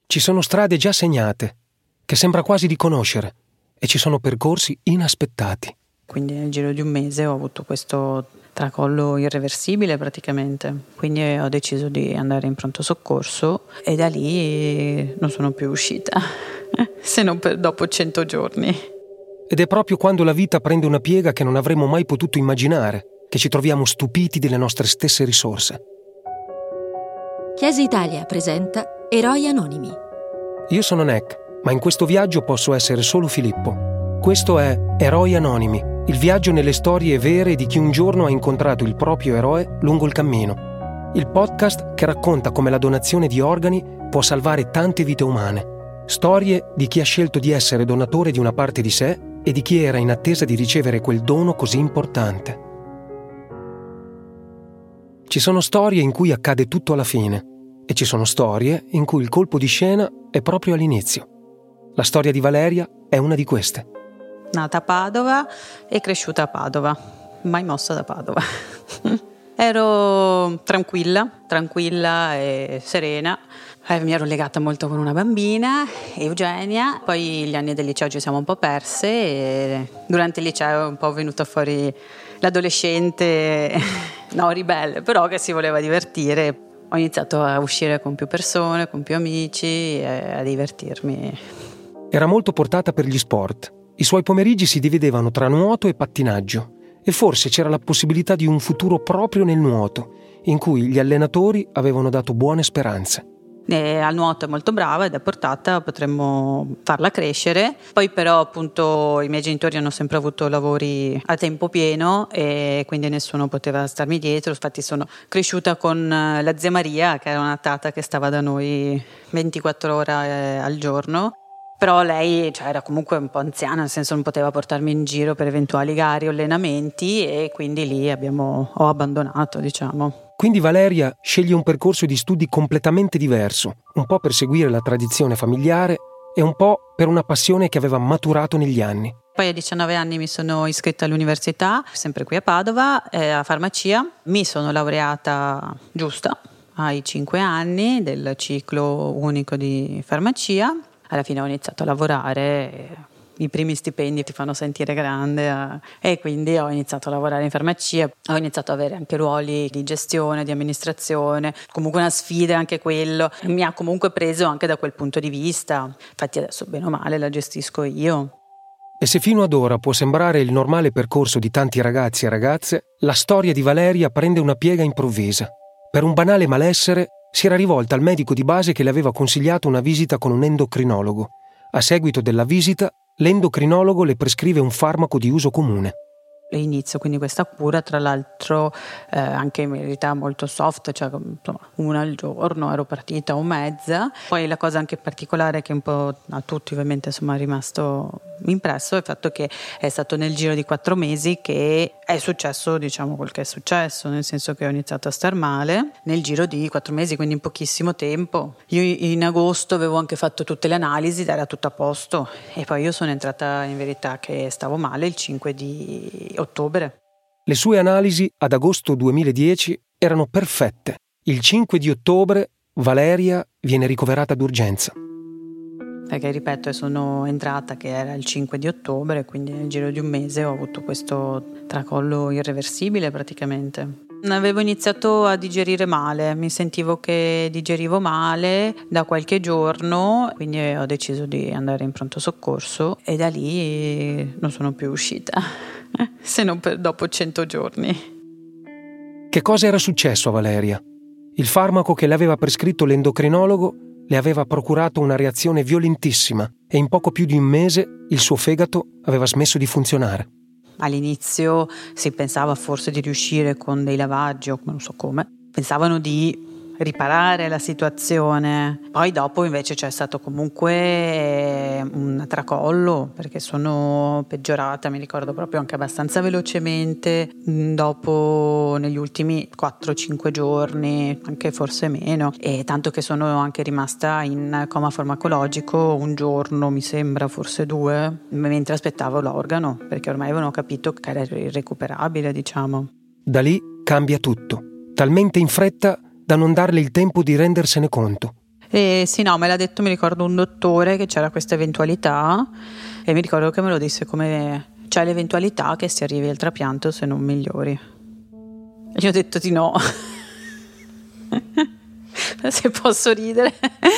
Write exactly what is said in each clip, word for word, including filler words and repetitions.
Ci sono strade già segnate, che sembra quasi di conoscere, e ci sono percorsi inaspettati. Quindi nel giro di un mese ho avuto questo tracollo irreversibile praticamente, quindi ho deciso di andare in pronto soccorso e da lì non sono più uscita, se non per dopo cento giorni. Ed è proprio quando la vita prende una piega che non avremmo mai potuto immaginare, che ci troviamo stupiti delle nostre stesse risorse. Chiesa Italia presenta Eroi Anonimi. Io sono Neck, ma in questo viaggio posso essere solo Filippo. Questo è Eroi Anonimi, il viaggio nelle storie vere di chi un giorno ha incontrato il proprio eroe lungo il cammino. Il podcast che racconta come la donazione di organi può salvare tante vite umane. Storie di chi ha scelto di essere donatore di una parte di sé e di chi era in attesa di ricevere quel dono così importante. Ci sono storie in cui accade tutto alla fine e ci sono storie in cui il colpo di scena è proprio all'inizio. La storia di Valeria è una di queste. Nata a Padova e cresciuta a Padova, mai mossa da Padova. Ero tranquilla, tranquilla e serena. Eh, mi ero legata molto con una bambina, Eugenia. Poi gli anni del liceo ci siamo un po' perse e durante il liceo è un po' venuta fuori l'adolescente, no ribelle, però che si voleva divertire. Ho iniziato a uscire con più persone, con più amici e a divertirmi. Era molto portata per gli sport. I suoi pomeriggi si dividevano tra nuoto e pattinaggio e forse c'era la possibilità di un futuro proprio nel nuoto, in cui gli allenatori avevano dato buone speranze. E al nuoto è molto brava ed è portata, potremmo farla crescere. Poi però appunto i miei genitori hanno sempre avuto lavori a tempo pieno e quindi nessuno poteva starmi dietro. Infatti sono cresciuta con la zia Maria, che era una tata che stava da noi ventiquattro ore al giorno. Però lei cioè, era comunque un po' anziana, nel senso non poteva portarmi in giro per eventuali gare o allenamenti e quindi lì abbiamo, ho abbandonato, diciamo. Quindi Valeria sceglie un percorso di studi completamente diverso, un po' per seguire la tradizione familiare e un po' per una passione che aveva maturato negli anni. Poi a diciannove anni mi sono iscritta all'università, sempre qui a Padova, eh, a farmacia. Mi sono laureata giusta ai cinque anni del ciclo unico di farmacia. Alla fine ho iniziato a lavorare, i primi stipendi ti fanno sentire grande eh, e quindi ho iniziato a lavorare in farmacia, ho iniziato ad avere anche ruoli di gestione, di amministrazione, comunque una sfida anche quello, mi ha comunque preso anche da quel punto di vista, infatti adesso bene o male la gestisco io. E se fino ad ora può sembrare il normale percorso di tanti ragazzi e ragazze, la storia di Valeria prende una piega improvvisa. Per un banale malessere si era rivolta al medico di base che le aveva consigliato una visita con un endocrinologo. A seguito della visita, l'endocrinologo le prescrive un farmaco di uso comune. Inizio quindi questa cura, tra l'altro eh, anche in verità molto soft, cioè insomma, una al giorno, ero partita o mezza. Poi la cosa anche particolare che un po' a tutti ovviamente insomma è rimasto impresso è il fatto che è stato nel giro di quattro mesi che è successo diciamo quel che è successo, nel senso che ho iniziato a star male nel giro di quattro mesi, quindi in pochissimo tempo. Io in agosto avevo anche fatto tutte le analisi ed era tutto a posto e poi io sono entrata in verità che stavo male il cinque di ottobre. Le sue analisi ad agosto duemiladieci erano perfette. Il cinque di ottobre Valeria viene ricoverata d'urgenza. Perché ripeto, sono entrata che era il cinque di ottobre, quindi nel giro di un mese ho avuto questo tracollo irreversibile praticamente. Avevo iniziato a digerire male, mi sentivo che digerivo male da qualche giorno, quindi ho deciso di andare in pronto soccorso e da lì non sono più uscita, se non per dopo cento giorni. Che cosa era successo a Valeria? Il farmaco che le aveva prescritto l'endocrinologo le aveva procurato una reazione violentissima e in poco più di un mese il suo fegato aveva smesso di funzionare. All'inizio si pensava forse di riuscire con dei lavaggi o non so come, pensavano di riparare la situazione, poi dopo invece c'è stato comunque un tracollo perché sono peggiorata, mi ricordo proprio anche abbastanza velocemente dopo negli ultimi quattro cinque giorni, anche forse meno, e tanto che sono anche rimasta in coma farmacologico un giorno mi sembra, forse due, mentre aspettavo l'organo perché ormai avevano capito che era irrecuperabile, diciamo. Da lì cambia tutto, talmente in fretta da non darle il tempo di rendersene conto. E sì, no, me l'ha detto, mi ricordo, un dottore che c'era questa eventualità e mi ricordo che me lo disse come c'è l'eventualità che si arrivi al trapianto se non migliori. E gli ho detto di no. Se posso ridere.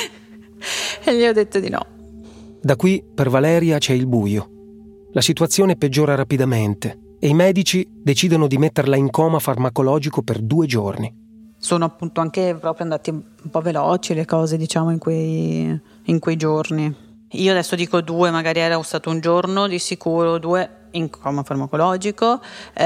E gli ho detto di no. Da qui per Valeria c'è il buio. La situazione peggiora rapidamente e i medici decidono di metterla in coma farmacologico per due giorni. Sono appunto anche proprio andati un po' veloci le cose, diciamo, in quei, in quei giorni. Io adesso dico due, magari era stato un giorno di sicuro, due in coma farmacologico,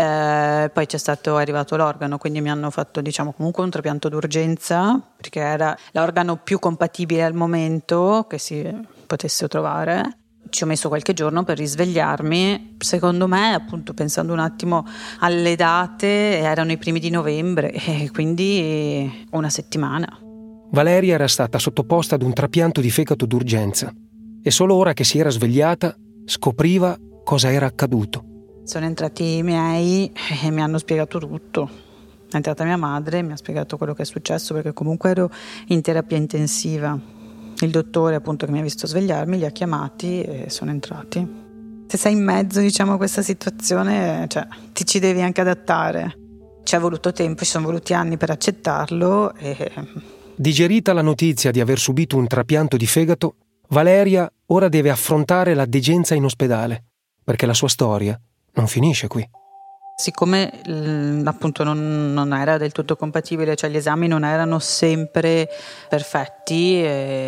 eh, poi c'è stato arrivato l'organo, quindi mi hanno fatto, diciamo, comunque un trapianto d'urgenza, perché era l'organo più compatibile al momento che si potesse trovare. Ci ho messo qualche giorno per risvegliarmi. Secondo me, appunto, pensando un attimo alle date, erano i primi di novembre e quindi una settimana. Valeria era stata sottoposta ad un trapianto di fegato d'urgenza e solo ora che si era svegliata scopriva cosa era accaduto. Sono entrati i miei e mi hanno spiegato tutto. È entrata mia madre e mi ha spiegato quello che è successo, perché comunque ero in terapia intensiva. Il dottore, appunto, che mi ha visto svegliarmi, li ha chiamati e sono entrati. Se sei in mezzo, diciamo, a questa situazione, cioè, ti ci devi anche adattare. Ci è voluto tempo, ci sono voluti anni per accettarlo. E... Digerita la notizia di aver subito un trapianto di fegato, Valeria ora deve affrontare la degenza in ospedale, perché la sua storia non finisce qui. Siccome appunto non, non era del tutto compatibile, cioè gli esami non erano sempre perfetti,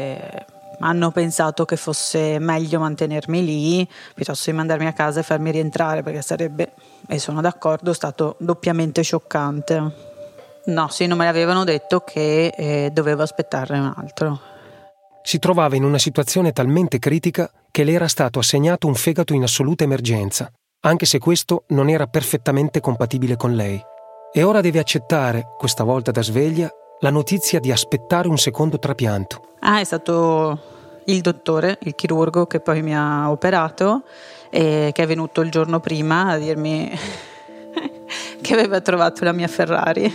e hanno pensato che fosse meglio mantenermi lì piuttosto di mandarmi a casa e farmi rientrare, perché sarebbe, e sono d'accordo, stato doppiamente scioccante. No, sì, non me l'avevano detto che eh, dovevo aspettarne un altro. Si trovava in una situazione talmente critica che le era stato assegnato un fegato in assoluta emergenza, anche se questo non era perfettamente compatibile con lei. E ora deve accettare, questa volta da sveglia, la notizia di aspettare un secondo trapianto. Ah, è stato il dottore, il chirurgo che poi mi ha operato e che è venuto il giorno prima a dirmi che aveva trovato la mia Ferrari,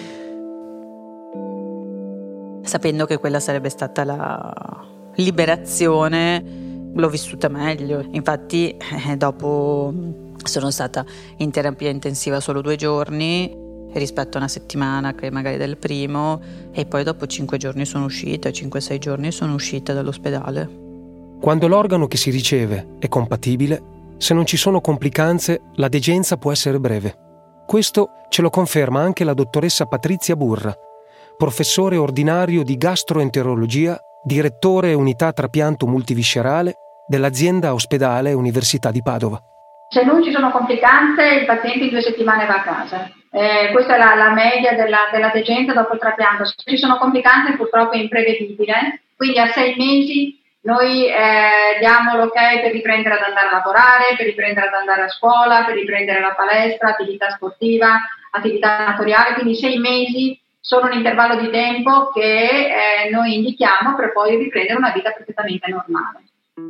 sapendo che quella sarebbe stata la liberazione. L'ho vissuta meglio. Infatti eh, dopo sono stata in terapia intensiva solo due giorni rispetto a una settimana che magari del primo, e poi dopo cinque giorni sono uscita, cinque sei giorni sono uscita dall'ospedale. Quando l'organo che si riceve è compatibile, se non ci sono complicanze, la degenza può essere breve. Questo ce lo conferma anche la dottoressa Patrizia Burra, professore ordinario di gastroenterologia, direttore unità trapianto multiviscerale dell'azienda ospedale Università di Padova. Se non ci sono complicanze, il paziente in due settimane va a casa. Eh, questa è la, la media della, della degenza dopo il trapianto. Se ci sono complicanze, purtroppo è imprevedibile. Quindi a sei mesi noi eh, diamo l'ok per riprendere ad andare a lavorare, per riprendere ad andare a scuola, per riprendere la palestra, attività sportiva, attività amatoriale. Quindi sei mesi sono un intervallo di tempo che eh, noi indichiamo per poi riprendere una vita perfettamente normale.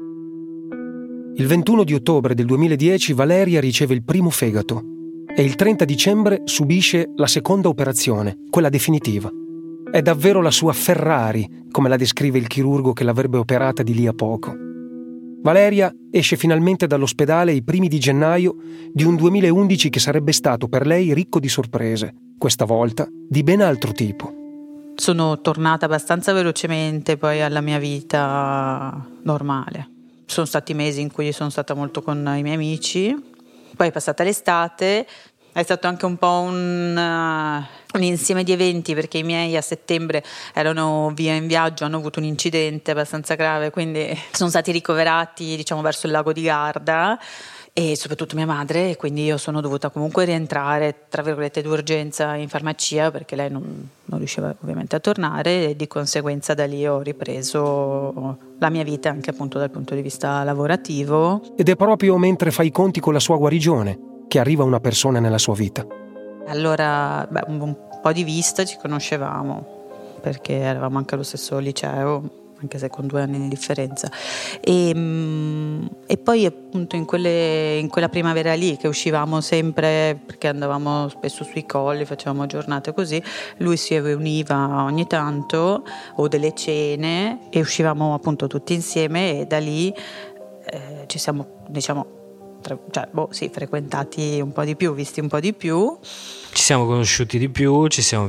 Il ventuno di ottobre del duemiladieci Valeria riceve il primo fegato e il trenta dicembre subisce la seconda operazione, quella definitiva. È davvero la sua Ferrari, come la descrive il chirurgo che l'avrebbe operata di lì a poco. Valeria esce finalmente dall'ospedale i primi di gennaio di un duemilaundici che sarebbe stato per lei ricco di sorprese, questa volta di ben altro tipo. Sono tornata abbastanza velocemente poi alla mia vita normale. Sono stati mesi in cui sono stata molto con i miei amici, poi è passata l'estate, è stato anche un po' un, uh, un insieme di eventi, perché i miei a settembre erano via in viaggio, hanno avuto un incidente abbastanza grave, quindi sono stati ricoverati, diciamo, verso il lago di Garda, e soprattutto mia madre, e quindi io sono dovuta comunque rientrare, tra virgolette, d'urgenza in farmacia, perché lei non, non riusciva ovviamente a tornare, e di conseguenza da lì ho ripreso la mia vita anche appunto dal punto di vista lavorativo. Ed è proprio mentre fa i conti con la sua guarigione che arriva una persona nella sua vita. Allora, beh, un, un po' di vista ci conoscevamo, perché eravamo anche allo stesso liceo, anche se con due anni di differenza. E, e poi appunto in, quelle, in quella primavera lì che uscivamo sempre, perché andavamo spesso sui colli, facevamo giornate così, lui si riuniva ogni tanto o delle cene e uscivamo appunto tutti insieme, e da lì eh, ci siamo, diciamo, cioè, boh, sì, frequentati un po' di più, visti un po' di più. Ci siamo conosciuti di più, ci siamo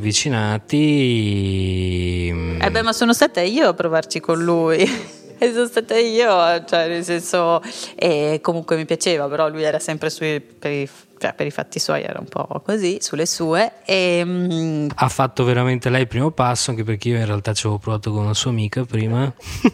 avvicinati. Eh beh, ma sono stata io a provarci con lui. E sono stata io, cioè nel senso, e comunque mi piaceva, però lui era sempre sui, per, i, cioè, per i fatti suoi era un po' così, sulle sue. E, mm, ha fatto veramente lei il primo passo, anche perché io in realtà ci avevo provato con una sua amica prima.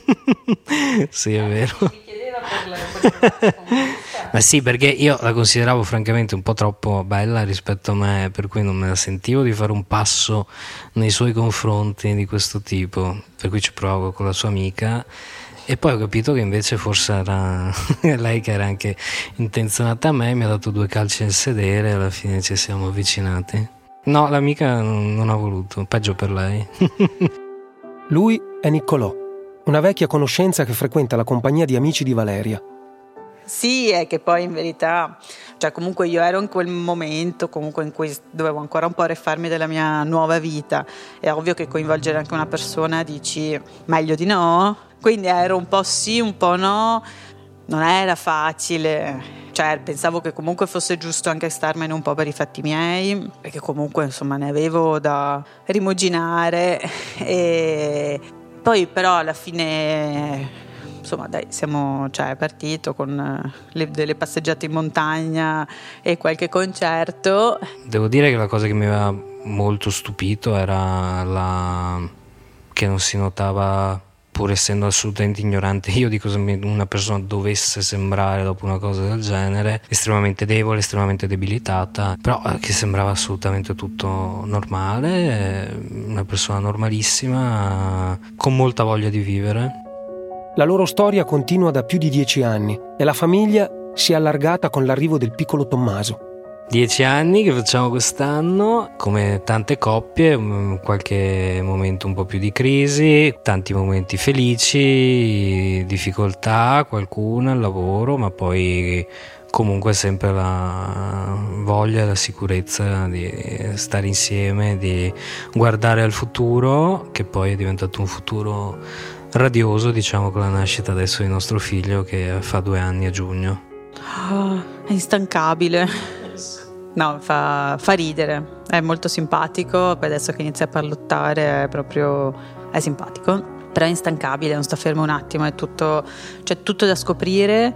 Sì, è vero. Mi chiedeva per le, per Ma sì, perché io la consideravo francamente un po' troppo bella rispetto a me, per cui non me la sentivo di fare un passo nei suoi confronti di questo tipo, per cui ci provavo con la sua amica. E poi ho capito che invece forse era lei che era anche intenzionata a me, mi ha dato due calci nel sedere e alla fine ci siamo avvicinati. No, l'amica non ha voluto, peggio per lei. Lui è Niccolò, una vecchia conoscenza che frequenta la compagnia di amici di Valeria. Sì, è che poi in verità, cioè comunque io ero in quel momento comunque in cui dovevo ancora un po' rifarmi della mia nuova vita. È ovvio che coinvolgere anche una persona dici meglio di no, quindi ero un po' sì, un po' no, non era facile, cioè pensavo che comunque fosse giusto anche starmene un po' per i fatti miei, perché comunque insomma ne avevo da rimuginare. E poi però alla fine, insomma dai, siamo, cioè, partito con le, delle passeggiate in montagna e qualche concerto. Devo dire che la cosa che mi aveva molto stupito era la che non si notava, pur essendo assolutamente ignorante io di cosa una persona dovesse sembrare dopo una cosa del genere, estremamente debole, estremamente debilitata, però che sembrava assolutamente tutto normale, una persona normalissima con molta voglia di vivere. La loro storia continua da più di dieci anni e la famiglia si è allargata con l'arrivo del piccolo Tommaso. Dieci anni che facciamo quest'anno, come tante coppie, qualche momento un po' più di crisi, tanti momenti felici, difficoltà, qualcuna, il lavoro, ma poi comunque sempre la voglia e la sicurezza di stare insieme, di guardare al futuro, che poi è diventato un futuro radioso, diciamo, con la nascita adesso di nostro figlio che fa due anni a giugno. Oh, è instancabile. No, fa, fa ridere, è molto simpatico, poi adesso che inizia a parlottare è proprio, è simpatico, però è instancabile, non sta fermo un attimo, è tutto, c'è tutto da scoprire.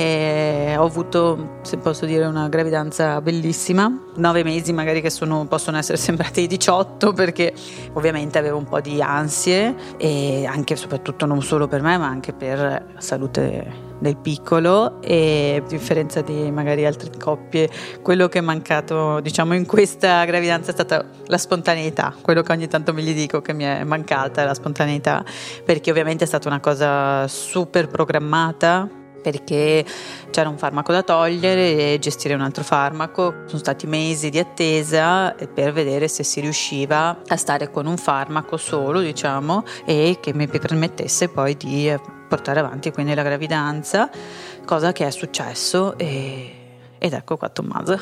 E ho avuto, se posso dire, una gravidanza bellissima, nove mesi magari che sono, possono essere sembrati diciotto, perché ovviamente avevo un po' di ansie, e anche soprattutto non solo per me ma anche per la salute del piccolo. E a differenza di magari altre coppie, quello che è mancato, diciamo, in questa gravidanza è stata la spontaneità, quello che ogni tanto me gli dico che mi è mancata, la spontaneità, perché ovviamente è stata una cosa super programmata, perché c'era un farmaco da togliere e gestire un altro farmaco. Sono stati mesi di attesa per vedere se si riusciva a stare con un farmaco solo, diciamo, e che mi permettesse poi di portare avanti quindi la gravidanza, cosa che è successo, e, ed ecco qua Tommaso.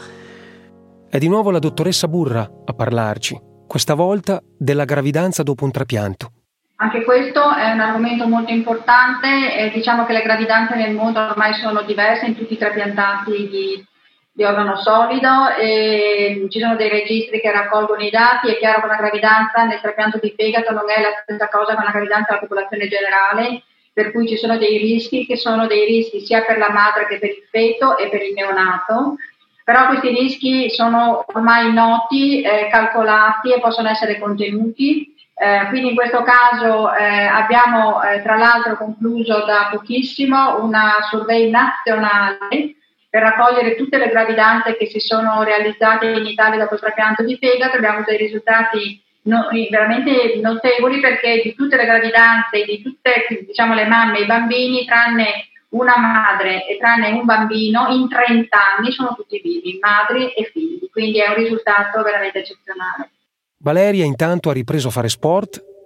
È di nuovo la dottoressa Burra a parlarci, questa volta della gravidanza dopo un trapianto. Anche questo è un argomento molto importante, e diciamo che le gravidanze nel mondo ormai sono diverse in tutti i trapiantati di, di organo solido, e ci sono dei registri che raccolgono i dati. È chiaro che una gravidanza nel trapianto di fegato non è la stessa cosa che una gravidanza della popolazione generale, per cui ci sono dei rischi che sono dei rischi sia per la madre che per il feto e per il neonato, però questi rischi sono ormai noti, eh, calcolati e possono essere contenuti. Eh, quindi in questo caso eh, abbiamo eh, tra l'altro concluso da pochissimo una survey nazionale per raccogliere tutte le gravidanze che si sono realizzate in Italia dopo il trapianto di fegato. Abbiamo dei risultati no, veramente notevoli, perché di tutte le gravidanze, di tutte, diciamo, le mamme e i bambini, tranne una madre e tranne un bambino, in trenta anni sono tutti vivi, madri e figli, quindi è un risultato veramente eccezionale. Valeria intanto ha ripreso a fare sport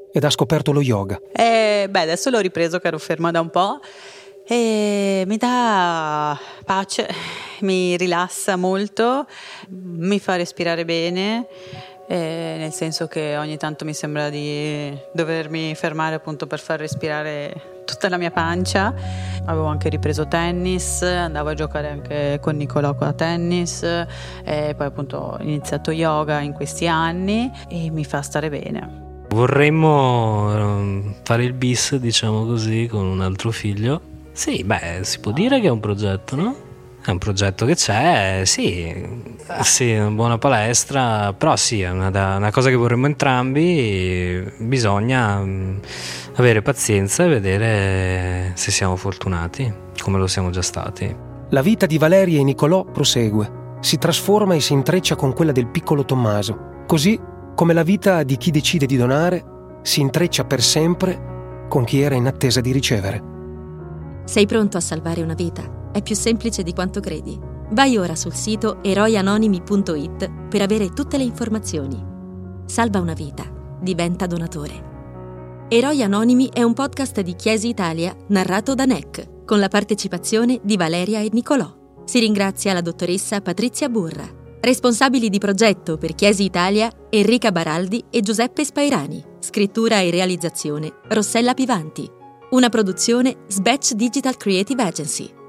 ed ha scoperto lo yoga. Eh, beh, adesso l'ho ripreso che ero ferma da un po' e mi dà pace, mi rilassa molto, mi fa respirare bene, eh, nel senso che ogni tanto mi sembra di dovermi fermare appunto per far respirare tutta la mia pancia. Avevo anche ripreso tennis, andavo a giocare anche con Nicolò a tennis, e poi appunto ho iniziato yoga in questi anni e mi fa stare bene. Vorremmo fare il bis, diciamo così, con un altro figlio. Sì, beh, si può dire che è un progetto, no? È un progetto che c'è, sì, sì, una buona palestra, però sì, è una, una cosa che vorremmo entrambi. Bisogna avere pazienza e vedere se siamo fortunati, come lo siamo già stati. La vita di Valeria e Nicolò prosegue, si trasforma e si intreccia con quella del piccolo Tommaso, così come la vita di chi decide di donare si intreccia per sempre con chi era in attesa di ricevere. Sei pronto a salvare una vita? È più semplice di quanto credi. Vai ora sul sito eroi anonimi punto it per avere tutte le informazioni. Salva una vita, diventa donatore. Eroi Anonimi è un podcast di Chiesi Italia narrato da N E C, con la partecipazione di Valeria e Nicolò. Si ringrazia la dottoressa Patrizia Burra. Responsabili di progetto per Chiesi Italia, Enrica Baraldi e Giuseppe Spairani. Scrittura e realizzazione, Rossella Pivanti. Una produzione Sbatch Digital Creative Agency.